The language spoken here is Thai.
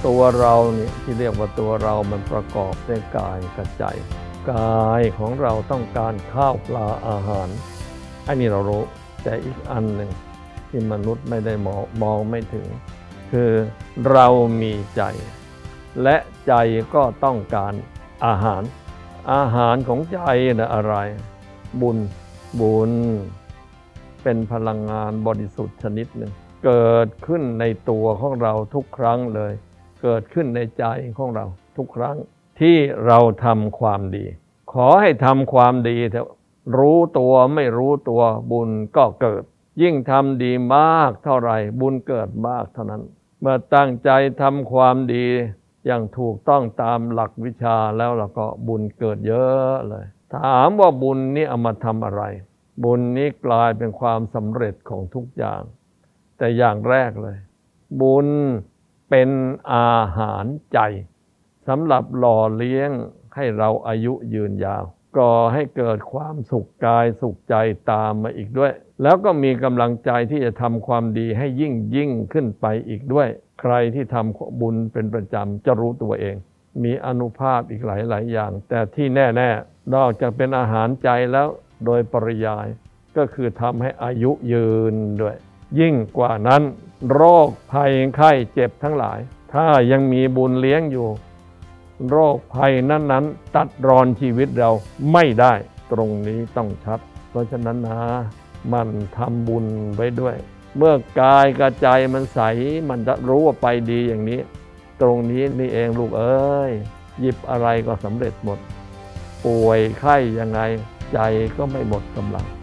ตัวเรานี่ที่เรียกว่าตัวเรามันประกอบด้วยกายกับใจกายของเราต้องการข้าวปลาอาหารอันนี้เรารู้แต่อีกอันหนึ่งที่มนุษย์ไม่ได้มองไม่ถึงคือเรามีใจและใจก็ต้องการอาหารของใจนะอะไรบุญเป็นพลังงานบริสุทธิ์ชนิดหนึ่งเกิดขึ้นในตัวของเราทุกครั้งเลยเกิดขึ้นในใจของเราทุกครั้งที่เราทำความดีขอให้ทำความดีเถอะรู้ตัวไม่รู้ตัวบุญก็เกิดยิ่งทำดีมากเท่าไหร่บุญเกิดมากเท่านั้นเมื่อตั้งใจทำความดีอย่างถูกต้องตามหลักวิชาแล้วเราก็บุญเกิดเยอะเลยถามว่าบุญนี้เอามาทำอะไรบุญนี้กลายเป็นความสำเร็จของทุกอย่างแต่อย่างแรกเลยบุญเป็นอาหารใจสำหรับหล่อเลี้ยงให้เราอายุยืนยาวก่อให้เกิดความสุขกายสุขใจตามมาอีกด้วยแล้วก็มีกำลังใจที่จะทำความดีให้ยิ่งขึ้นไปอีกด้วยใครที่ทำบุญเป็นประจำจะรู้ตัวเองมีอานุภาพอีกหลายอย่างแต่ที่แน่ๆนอกจากเป็นอาหารใจแล้วโดยปริยายก็คือทำให้อายุยืนด้วยยิ่งกว่านั้นโรคภัยไข้เจ็บทั้งหลายถ้ายังมีบุญเลี้ยงอยู่โรคภัยนั้นตัดรอนชีวิตเราไม่ได้ตรงนี้ต้องชัดเพราะฉะนั้นนะมันทำบุญไว้ด้วยเมื่อกายกับใจมันใสมันจะรู้ว่าไปดีอย่างนี้ตรงนี้นี่เองลูกเอ้ยหยิบอะไรก็สำเร็จหมดป่วยไข้ยังไงใจก็ไม่หมดกำลัง